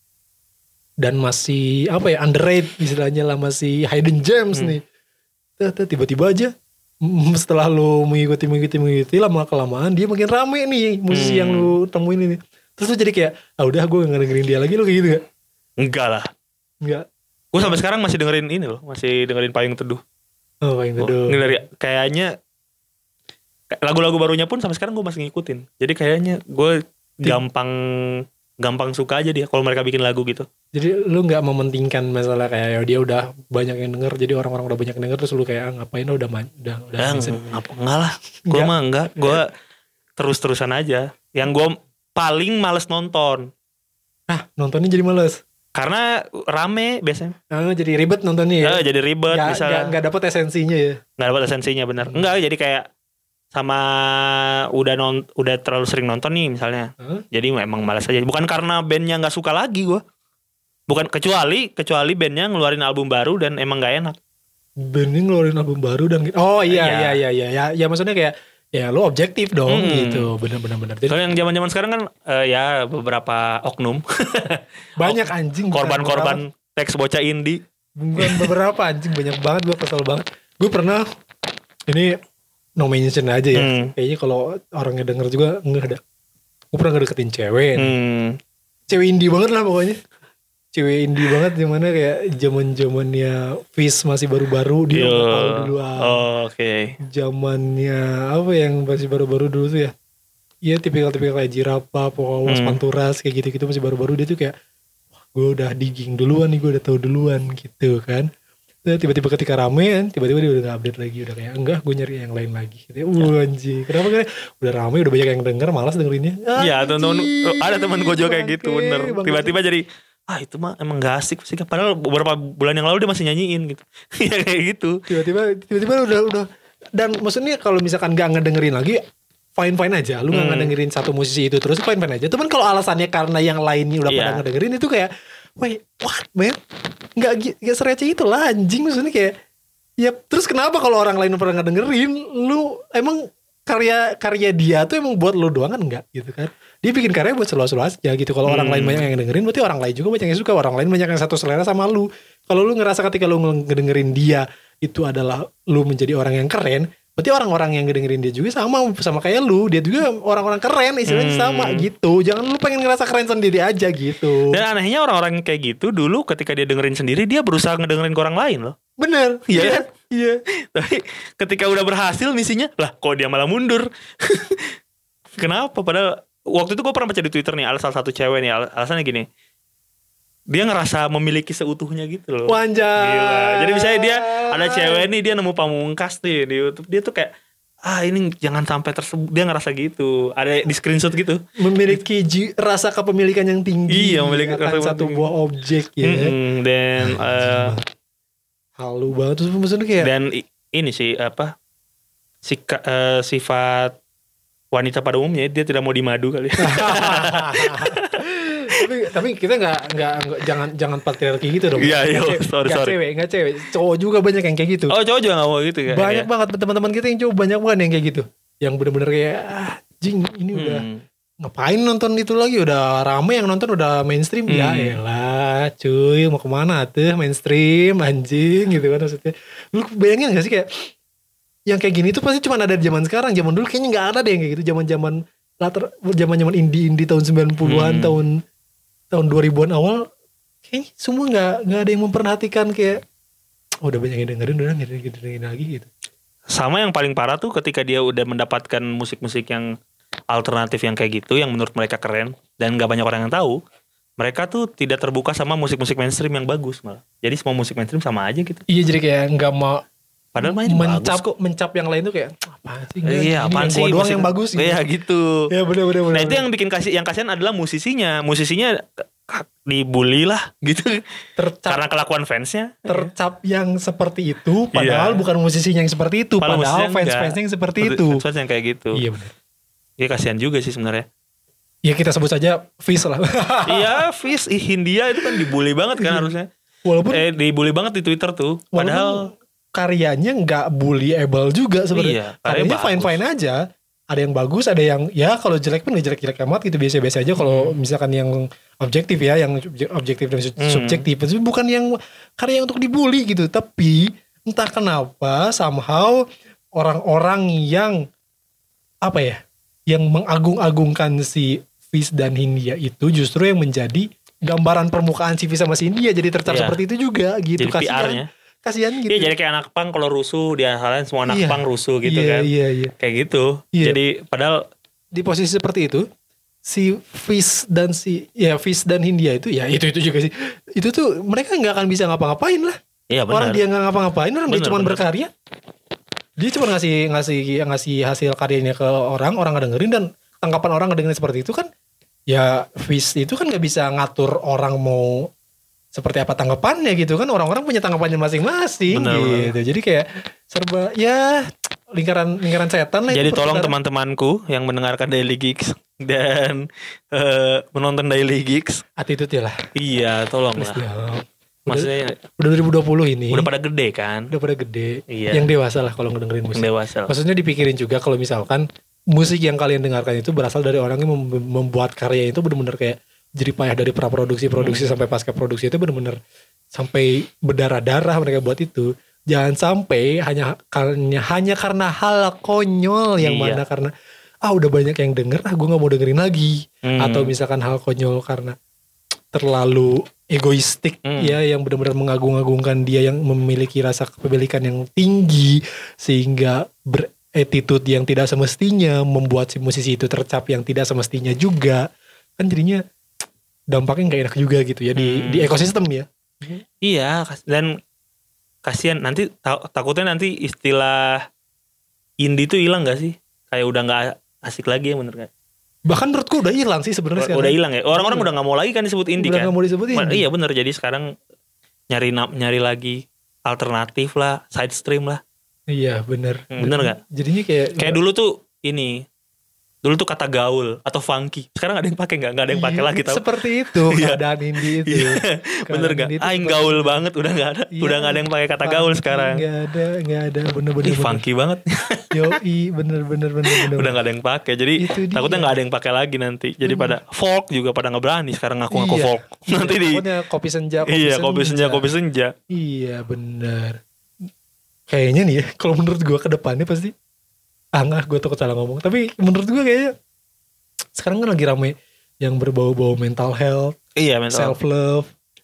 Dan masih apa ya, underrated istilahnya lah, masih hidden gems hmm. nih. Tiba-tiba aja setelah lu mengikuti mengikuti mengikuti lama kelamaan dia makin rame nih musisi hmm. yang lu temuin ini. Terus lu jadi kayak, ah udah gue gak dengerin dia lagi, lu kayak gitu gak?
Enggak lah.
Enggak.
Gue sampai sekarang masih dengerin ini loh, masih dengerin Payung Teduh.
Oh Payung Teduh.
Oh, dari kayaknya lagu-lagu barunya pun sampai sekarang gue masih ngikutin. Jadi kayaknya gue gampang gampang suka aja dia kalau mereka bikin lagu gitu.
Jadi lu nggak mementingkan masalah kayak ya dia udah banyak yang denger, jadi orang-orang udah banyak yang denger terus lu kayak ah, ngapain udah udah udah.
udah apa enggak lah. Gue mah enggak. Gue terus-terusan aja. Yang gue paling males nonton.
Ah nontonnya jadi males.
Karena rame biasanya.
Oh, jadi ribet nontonnya ya.
Oh, jadi ribet
gak,
misalnya.
Gak, gak dapet esensinya ya.
Gak dapet esensinya benar. Hmm. Enggak, jadi kayak sama udah non udah terlalu sering nonton nih misalnya. Hmm? Jadi memang malas aja. Bukan karena bandnya nggak suka lagi gue. Bukan kecuali kecuali bandnya ngeluarin album baru dan emang nggak enak.
Bandnya ngeluarin album baru dan oh iya ya. iya iya iya ya ya maksudnya kayak ya lo objektif dong hmm. gitu benar-benar benar.
Kalau yang zaman-zaman sekarang kan uh, ya beberapa oknum
banyak anjing
korban-korban teks bocah indie.
Bukan beberapa anjing banyak banget gue kesel banget. Gue pernah ini no mention aja ya. Hmm. Kayaknya kalau orangnya denger juga enggak ada. Gue pernah ngedeketin cewek. Hmm. Cewek indie banget lah pokoknya. Cewek indie banget dimana kayak zaman-zamannya Fish masih baru-baru dia udah tahu duluan.
Oh, oke. Okay.
Zamannya apa yang masih baru-baru dulu tuh ya? Iya tipikal-tipikal kayak Jirapa, Pokawas, hmm. Panturas kayak gitu-gitu masih baru-baru dia tuh kayak wah, gue udah digging duluan nih, gue udah tahu duluan gitu kan. Nah, tiba-tiba ketika rame kan, tiba-tiba dia udah gak update lagi, udah kayak enggak gue nyari yang lain lagi. Gitu. Uh anjing, kenapa kan? Udah rame, udah banyak yang denger, malas dengerinnya.
Iya, temen-temen ada teman gue juga kayak gitu, bener. Tiba-tiba jadi ah itu mah emang gak asik sih. Padahal beberapa bulan yang lalu dia masih nyanyiin gitu. Ya kayak gitu. Tiba-tiba
tiba-tiba udah udah dan maksudnya kalau misalkan gak ngedengerin lagi fine-fine aja. Lu hmm. gak ngedengerin satu musisi itu terus fine-fine aja. Cuman kalau alasannya karena yang lainnya udah yeah. pada ngedengerin itu kayak wait, what man? Gak, gak sereceh itu lah anjing. Maksudnya kayak ya terus kenapa kalau orang lain pernah ngedengerin lu emang karya karya dia tuh emang buat lu doang kan enggak gitu kan. Dia bikin karya buat seluas-luas aja gitu. Kalau hmm. orang lain banyak yang dengerin berarti orang lain juga banyak yang suka. Orang lain banyak yang satu selera sama lu. Kalau lu ngerasa ketika lu ngedengerin dia itu adalah lu menjadi orang yang keren, berarti orang-orang yang ngedengerin dia juga sama sama kayak lu. Dia juga orang-orang keren istilahnya hmm. sama gitu. Jangan lu pengen ngerasa keren sendiri aja gitu.
Dan anehnya orang-orang kayak gitu dulu ketika dia dengerin sendiri dia berusaha ngedengerin ke orang lain loh.
Bener.
Iya kan?
Iya.
Tapi ketika udah berhasil misinya, lah kok dia malah mundur. Kenapa? Padahal waktu itu gue pernah baca di Twitter nih, salah satu cewek nih, al- alasannya gini. Dia ngerasa memiliki seutuhnya gitu loh.
Wanjay.
Gila. Jadi misalnya dia ada cewek nih, dia nemu Pamungkas nih di YouTube. Dia tuh kayak, ah ini jangan sampai tersebut. Dia ngerasa gitu. Ada di screenshot gitu.
Memiliki ji- rasa kepemilikan yang tinggi.
Iya, memiliki
akan satu tinggi. Buah objek ya.
Mm-hmm. Dan uh,
halu banget terus maksudnya kayak.
Dan ini sih apa? Sika, uh, sifat wanita pada umumnya dia tidak mau dimadu kali.
tapi tapi kita nggak nggak jangan jangan patriarki gitu dong.
Iya iya. Sorry
gak
sorry.
Cewek nggak cewek. Cowok juga banyak yang kayak gitu.
Oh cowok juga nggak mau gitu ya.
Banyak ya. Banget teman-teman kita yang cowok banyak banget yang kayak gitu. Yang benar-benar kayak ah, jing ini hmm. udah ngapain nonton itu lagi, udah rame yang nonton udah mainstream. Hmm. Ya elah cuy mau kemana tuh mainstream anjing gitu kan maksudnya. Lu bayangin nggak sih kayak yang kayak gini tuh pasti cuma ada di zaman sekarang. Zaman dulu kayaknya nggak ada deh yang kayak gitu. Zaman-zaman latar zaman-zaman indie-indie tahun sembilan puluhan, hmm. tahun tahun dua ribuan awal kayaknya semua nggak nggak ada yang memperhatikan kayak oh, udah banyak yang dengerin, udah dengerin, dengerin lagi gitu.
Sama yang paling parah tuh ketika dia udah mendapatkan musik-musik yang alternatif yang kayak gitu yang menurut mereka keren dan nggak banyak orang yang tahu. Mereka tuh tidak terbuka sama musik-musik mainstream yang bagus malah. Jadi semua musik mainstream sama aja gitu.
Iya jadi kayak nggak mau
Padahal main
mencap
bagus kok.
mencap yang lain tuh kayak apa sih? Enggak,
Iya,
ini
apaan
yang
sih?
gua doang
musik-
yang bagus. Gitu.
Iya gitu.
Ya bener bener.
Nah itu yang bikin kasih, yang kasihan adalah musisinya. Musisinya dibully lah gitu.
tercap
Karena kelakuan fansnya.
tercap yang seperti itu, padahal
Iya.
bukan musisinya yang seperti itu,
Padahal
padahal
musisinya
fans-fansnya yang seperti itu.
Fans yang kayak gitu.
Iya benar.
Iya kasihan juga sih sebenarnya.
Ya kita sebut saja Fizz lah.
Iya, Fizz ih, Hindia itu kan dibully banget kan harusnya.
Walaupun
Eh dibully banget di Twitter tuh. Padahal
karyanya nggak bullyable juga sebenarnya.
Iya, karyanya
karyanya
bagus.
fine fine aja. Ada yang bagus, ada yang ya kalau jelek pun nggak jelek jelek amat gitu, biasa biasa aja. Kalau misalkan yang objektif ya, yang subje- objektif dan su-
Hmm.
subjektif itu bukan yang karya untuk dibully gitu. Tapi entah kenapa somehow orang-orang yang apa ya, yang mengagung-agungkan si Fizz dan Hindia itu justru yang menjadi gambaran permukaan si Fizz sama si Hindia, jadi tercap
Iya.
seperti itu juga gitu.
jadi P R-nya.
Kasihan gitu.
Iya jadi kayak anak pang kalau rusuh dia halain semua anak
Iya.
pang rusuh gitu
Iya,
kan.
Iya, iya.
Kayak gitu.
Iya.
Jadi padahal
Di posisi seperti itu, si Fizz dan si ya Fizz dan Hindia itu ya itu itu juga sih. Itu tuh mereka nggak akan bisa ngapa-ngapain lah.
iya
Orang
benar.
dia nggak ngapa-ngapain, orang dia
Benar,
cuma
benar.
berkarya. Dia cuma ngasih ngasih ngasih hasil karyanya ke orang, orang ngedengerin, dan tanggapan orang ngedengerin seperti itu kan. Ya Fizz itu kan nggak bisa ngatur orang mau seperti apa tanggapannya gitu kan, orang-orang punya tanggapannya masing-masing
Benar,
gitu. Jadi kayak serba ya lingkaran lingkaran setan lah.
Jadi
itu
tolong
perputaran.
teman-temanku yang mendengarkan Daily Geeks dan eh, menonton Daily Geeks,
Attitude ya lah.
iya tolong
Please
lah.
dong. Udah,
Maksudnya
udah dua ribu dua puluh ini.
udah pada gede kan,
udah pada gede.
Iya.
Yang dewasa lah kalau ngedengerin musik.
yang dewasa. lah.
Maksudnya dipikirin juga kalau misalkan musik yang kalian dengarkan itu berasal dari orang yang mem- membuat karya itu benar-benar kayak jerih payah dari praproduksi, produksi
Hmm.
sampai pasca produksi itu benar-benar sampai berdarah-darah mereka buat itu. Jangan sampai hanya hanya hanya karena hal konyol yang
Iya.
mana karena ah udah banyak yang denger, ah gue nggak mau dengerin lagi.
Hmm.
Atau misalkan hal konyol karena terlalu egoistik
Hmm.
ya, yang benar-benar mengagung-agungkan dia yang memiliki rasa kepemilikan yang tinggi sehingga beretitude yang tidak semestinya, membuat si musisi itu tercap yang tidak semestinya juga, kan jadinya dampaknya nggak enak juga gitu ya di
Hmm.
di ekosistem ya.
Iya kas- dan kasihan nanti ta- takutnya nanti istilah indie tuh hilang gak sih? Kayak udah nggak asik lagi ya bener kan?
Bahkan menurutku udah hilang sih sebenarnya sekarang.
Udah hilang ya. Orang-orang
Iya.
udah nggak mau lagi kan disebut indie
Udah
kan?
nggak mau disebut
Ma-
indie.
Iya bener. Jadi sekarang nyari na- nyari lagi alternatif lah, side stream lah.
Iya bener.
Hmm, bener nggak?
Jadinya kayak
Kayak dulu tuh ini, dulu tuh kata gaul atau funky. Sekarang ada yang pakai nggak? Nggak ada yang pakai
Iya,
lagi tau.
seperti itu
Iya.
keadaan indie itu.
Iya,
Keadaan
bener gak?
indie itu
Aing
seperti
gaul
itu.
banget, udah gak ada,
Iya,
udah gak ada yang pakai kata gaul
funky,
sekarang.
Nggak ada, nggak ada, bener-bener.
Ih, funky banget.
Yoi, bener-bener, bener-bener.
Udah gak ada yang pakai, jadi
Itu dia.
takutnya gak ada yang pakai lagi nanti. Jadi
Bener.
pada folk juga pada nggak berani sekarang ngaku-ngaku
Iya.
folk. Nanti di
Pokoknya kopi senja, kopi
iya
senja.
kopi senja kopi senja.
Iya, bener. Kayaknya nih ya, kalau menurut gue ke depannya pasti, ah nggak, gue takut salah ngomong. Tapi menurut gue kayaknya sekarang kan lagi rame yang berbau-bau mental health,
Iya mental.
self love.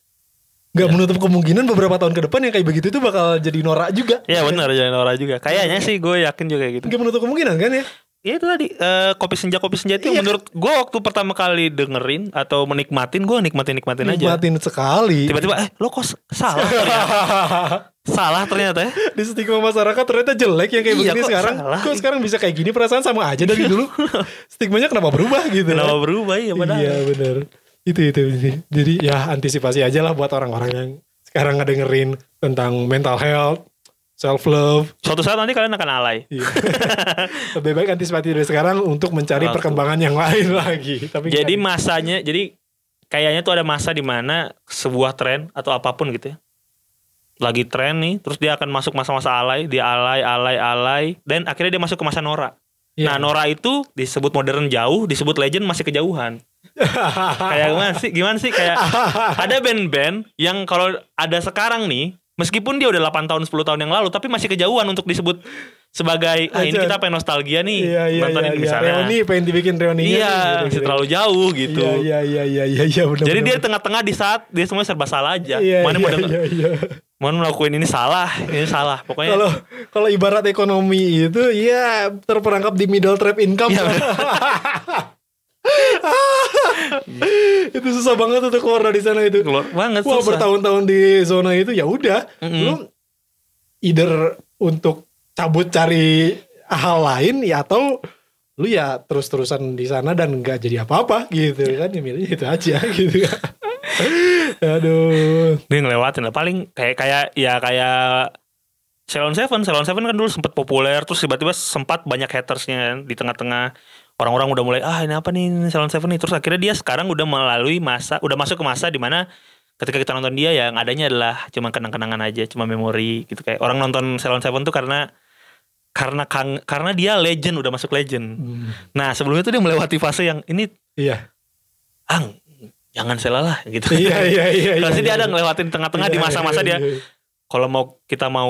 Gak
Ya.
menutup kemungkinan beberapa tahun ke depan yang kayak begitu itu bakal jadi norak juga.
Iya benar jadi Nora juga. Kayaknya sih gue yakin juga kayak gitu.
Gak menutup kemungkinan kan ya?
Ya itu tadi eh, kopi senja kopi senja itu
Iya.
yang menurut gue waktu pertama kali dengerin atau menikmatin gue nikmatin nikmatin aja.
Nikmatin sekali.
Tiba-tiba eh lo kok salah ternyata. Salah ternyata ya.
Di stigma masyarakat ternyata jelek yang kayak
Iya,
begini
kok
sekarang.
salah?
Kok sekarang bisa kayak gini, perasaan sama aja dari dulu. Stigmanya kenapa berubah gitu?
Kenapa berubah ya padahal.
Iya benar. Itu itu itu. Jadi ya antisipasi aja lah buat orang-orang yang sekarang ngedengerin tentang mental health, self love.
Suatu saat nanti kalian akan alay.
Iya. Lebih baik antisipasi dari sekarang untuk mencari
Waktu.
perkembangan yang lain lagi. Tapi
Jadi
nggak-
masanya, jadi kayaknya tuh ada masa di mana sebuah tren atau apapun gitu ya, lagi tren nih, terus dia akan masuk masa-masa alay, dia alay, alay, alay, dan akhirnya dia masuk ke masa Nora.
Iya.
Nah Nora itu disebut modern jauh, disebut legend masih kejauhan. Kayak gimana sih? Gimana sih? Kayak ada band-band yang kalau ada sekarang nih, meskipun dia udah delapan tahun sepuluh tahun yang lalu, tapi masih kejauhan untuk disebut sebagai ah ini
Aja.
kita pengen nostalgia nih,
Iya iya
nontonin
iya,
di
iya.
sana.
Reuni pengen dibikin reuninya.
Iya,
nih,
masih terlalu jauh gitu.
Iya iya iya iya iya benar.
Jadi dia tengah-tengah di saat dia semua serba salah aja.
Iya,
Mana mau
iya,
denger-
iya, iya.
mau melakukan ini salah, ini salah. Pokoknya
Kalau kalau ibarat ekonomi itu ya terperangkap di middle trap income.
Iya,
Itu susah banget untuk keluar dari sana itu.
keluar banget
Wah
susah.
bertahun-tahun di zona itu ya udah,
Mm-mm.
lu either untuk cabut cari hal lain ya, atau lu ya terus-terusan di sana dan nggak jadi apa-apa gitu kan, ya milihnya itu aja gitu. Aduh,
Dia ngelewatin lah paling kayak kayak ya kayak Ceylon Seven. Ceylon Seven kan dulu sempat populer, terus tiba-tiba sempat banyak hatersnya kan di tengah-tengah. Orang-orang udah mulai ah ini apa nih Ceylon Seven nih. Terus akhirnya dia sekarang udah melalui masa, udah masuk ke masa di mana ketika kita nonton dia yang adanya adalah cuma kenang-kenangan aja, cuma memori gitu. Kayak orang nonton Ceylon Seven tuh karena karena kang, karena dia legend, udah masuk legend. Hmm. Nah sebelumnya tuh dia melewati fase yang ini
iya.
Ang jangan salah lah gitu.
Iya iya iya.
Pasti
iya,
dia
iya.
ada ngelewatin tengah-tengah
Iya,
di masa-masa
iya,
dia.
iya.
Kalau mau kita mau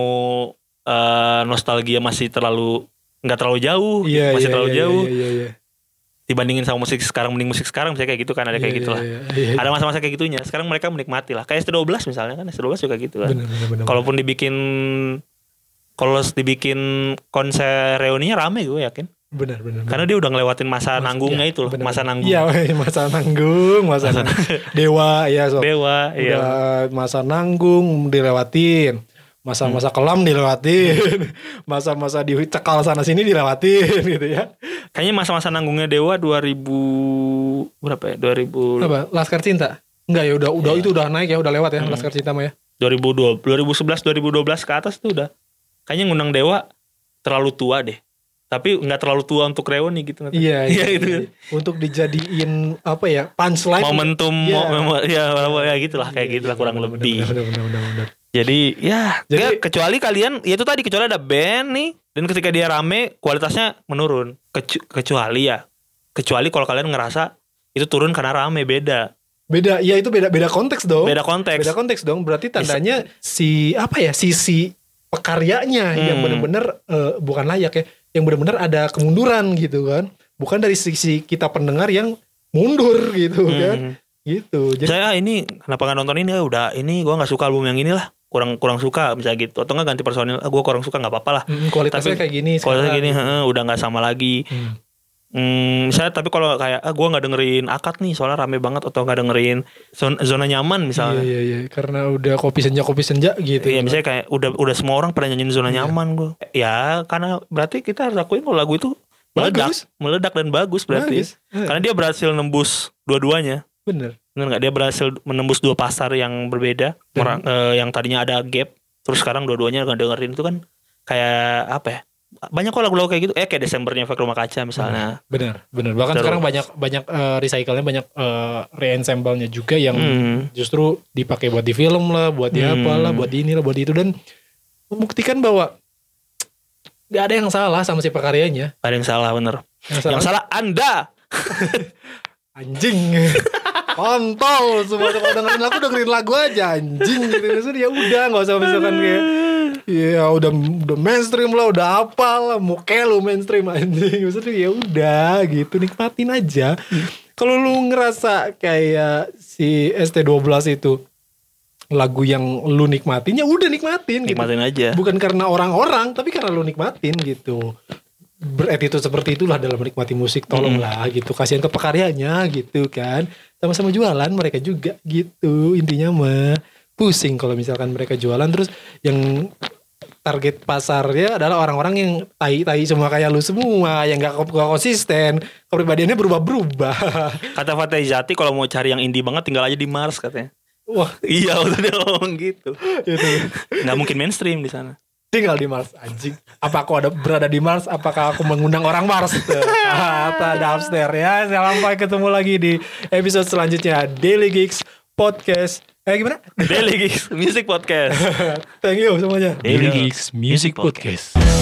uh, nostalgia masih terlalu nggak terlalu jauh,
Iya,
masih
iya,
terlalu
iya,
jauh.
Iya, iya, iya.
Dibandingin sama musik sekarang, mending musik sekarang misalnya kayak gitu kan, ada kayak
Iya,
gitulah.
iya, iya, iya.
Ada masa-masa kayak gitunya. Sekarang mereka menikmati lah. Kayak S T dua belas misalnya kan, S T dua belas juga gitu kan.
Bener, bener, bener,
Kalaupun dibikin kalau dibikin konser reuninya rame gue yakin.
Benar, benar.
Karena dia udah ngelewatin masa, masa nanggungnya
iya,
itu loh,
bener,
masa
bener.
nanggung.
Iya, masa nanggung, masa, masa nanggung. Dewa ya sob.
Dewa,
udah
iya.
Masa nanggung dilewatin. Masa-masa kelam dilewatin. Masa-masa dicekal sana sini dilewatin gitu ya.
Kayaknya masa-masa nanggungnya Dewa dua ribu berapa ya? dua ribu
Apa? Laskar Cinta? Enggak ya, udah udah
Iya.
itu udah naik ya, udah lewat ya
Hmm.
Laskar Cinta mah ya.
dua ribu dua, dua ribu sebelas dua ribu dua belas ke atas tuh udah. Kayaknya ngundang Dewa terlalu tua deh. Tapi nggak terlalu tua untuk reuni gitu.
Iya,
iya itu.
iya. Untuk dijadiin apa ya? Punchline.
Momentum,
Iya.
mo- ya, ya gitulah kayak
Iya,
gitulah
iya,
kurang
bener,
lebih.
bener, bener, bener, bener.
Jadi ya,
Jadi-
ya, kecuali kalian, ya itu tadi kecuali ada band nih, dan ketika dia rame kualitasnya menurun. Kecu- kecuali ya, kecuali kalau kalian ngerasa itu turun karena rame, beda,
Beda, ya itu beda beda konteks dong.
beda konteks.
Beda konteks dong. Berarti tandanya si apa ya? Sisi pekaryanya yang
Hmm.
benar-benar eh, bukan layak ya, yang benar-benar ada kemunduran gitu kan. Bukan dari sisi kita pendengar yang mundur gitu kan.
Hmm.
Gitu. Jadi
Saya ah, ini kenapa nggak nonton ini? Ah, udah ini gue nggak suka album yang inilah, kurang kurang suka misalnya gitu. Atau nggak ganti personil? Ah, gue kurang suka nggak apa-apa lah.
mm, kualitasnya
Tapi
kayak gini.
Kualitasnya
sekarang.
gini, heeh, udah nggak sama lagi.
Hmm.
Hmm, misalnya tapi kalau kayak ah gue nggak dengerin akad nih soalnya rame banget, atau nggak dengerin zona, zona nyaman misalnya.
Iya, iya, iya. Karena udah kopi senja kopi senja gitu.
Iya, misalnya kayak udah udah semua orang pernah nyanyiin zona
Iya.
nyaman gue. Ya karena berarti kita harus akuin kalau lagu itu meledak,
Bagus.
meledak dan bagus berarti.
Bagus. Eh,
Karena dia berhasil nembus dua-duanya.
Bener.
Bener nggak? Dia berhasil menembus dua pasar yang berbeda.
Dan-
Merang- eh, yang tadinya ada gap, terus sekarang dua-duanya nggak dengerin itu kan kayak apa ya? Banyak kok lagu-lagu kayak gitu. Eh kayak Desembernya Efek Rumah Kaca misalnya.
Bener, bener. Bahkan
Terus.
sekarang banyak banyak uh, recycle-nya, banyak uh, re-ensemble-nya juga yang
Hmm.
justru dipakai buat di film lah, buat di
Hmm.
apa lah, buat di ini lah, buat di itu, dan membuktikan bahwa gak ada yang salah sama si pekaryanya.
Ada yang salah bener.
Yang salah,
Yang salah Anda.
anjing. Kontol semua kalau dengerin lagu dengerin lagu aja anjing gitu. Maksudnya ya udah nggak usah misalkan kayak ya udah udah mainstream lah, udah apa lah, muke lu mainstream anjing. Maksudnya ya udah gitu, nikmatin aja. Kalau lu ngerasa kayak si S T dua belas itu lagu yang lu nikmatin, ya udah nikmatin gitu.
Nikmatin aja.
Bukan karena orang-orang, tapi karena lu nikmatin gitu. Berattitude seperti itulah dalam menikmati musik, tolonglah gitu. Kasihan ke pekaryanya gitu kan. Sama-sama jualan mereka juga gitu. Intinya mah pusing kalau misalkan mereka jualan terus yang target pasarnya adalah orang-orang yang tai-tai semua kayak lu semua, yang gak, gak konsisten, kepribadiannya berubah-berubah.
Kata Fatih Zati kalau mau cari yang indie banget tinggal aja di Mars katanya.
Wah,
Iya, waktu dia ngomong gitu.
itu
Nggak mungkin mainstream di sana.
tinggal di Mars anjing. Apa aku ada berada di Mars? Apakah aku mengundang orang Mars? Kata Dubster ya. Sampai ketemu lagi di episode selanjutnya Daily Geeks Podcast. Eh gimana?
Daily Geeks Music Podcast.
Thank you semuanya.
Daily Geeks Music Podcast.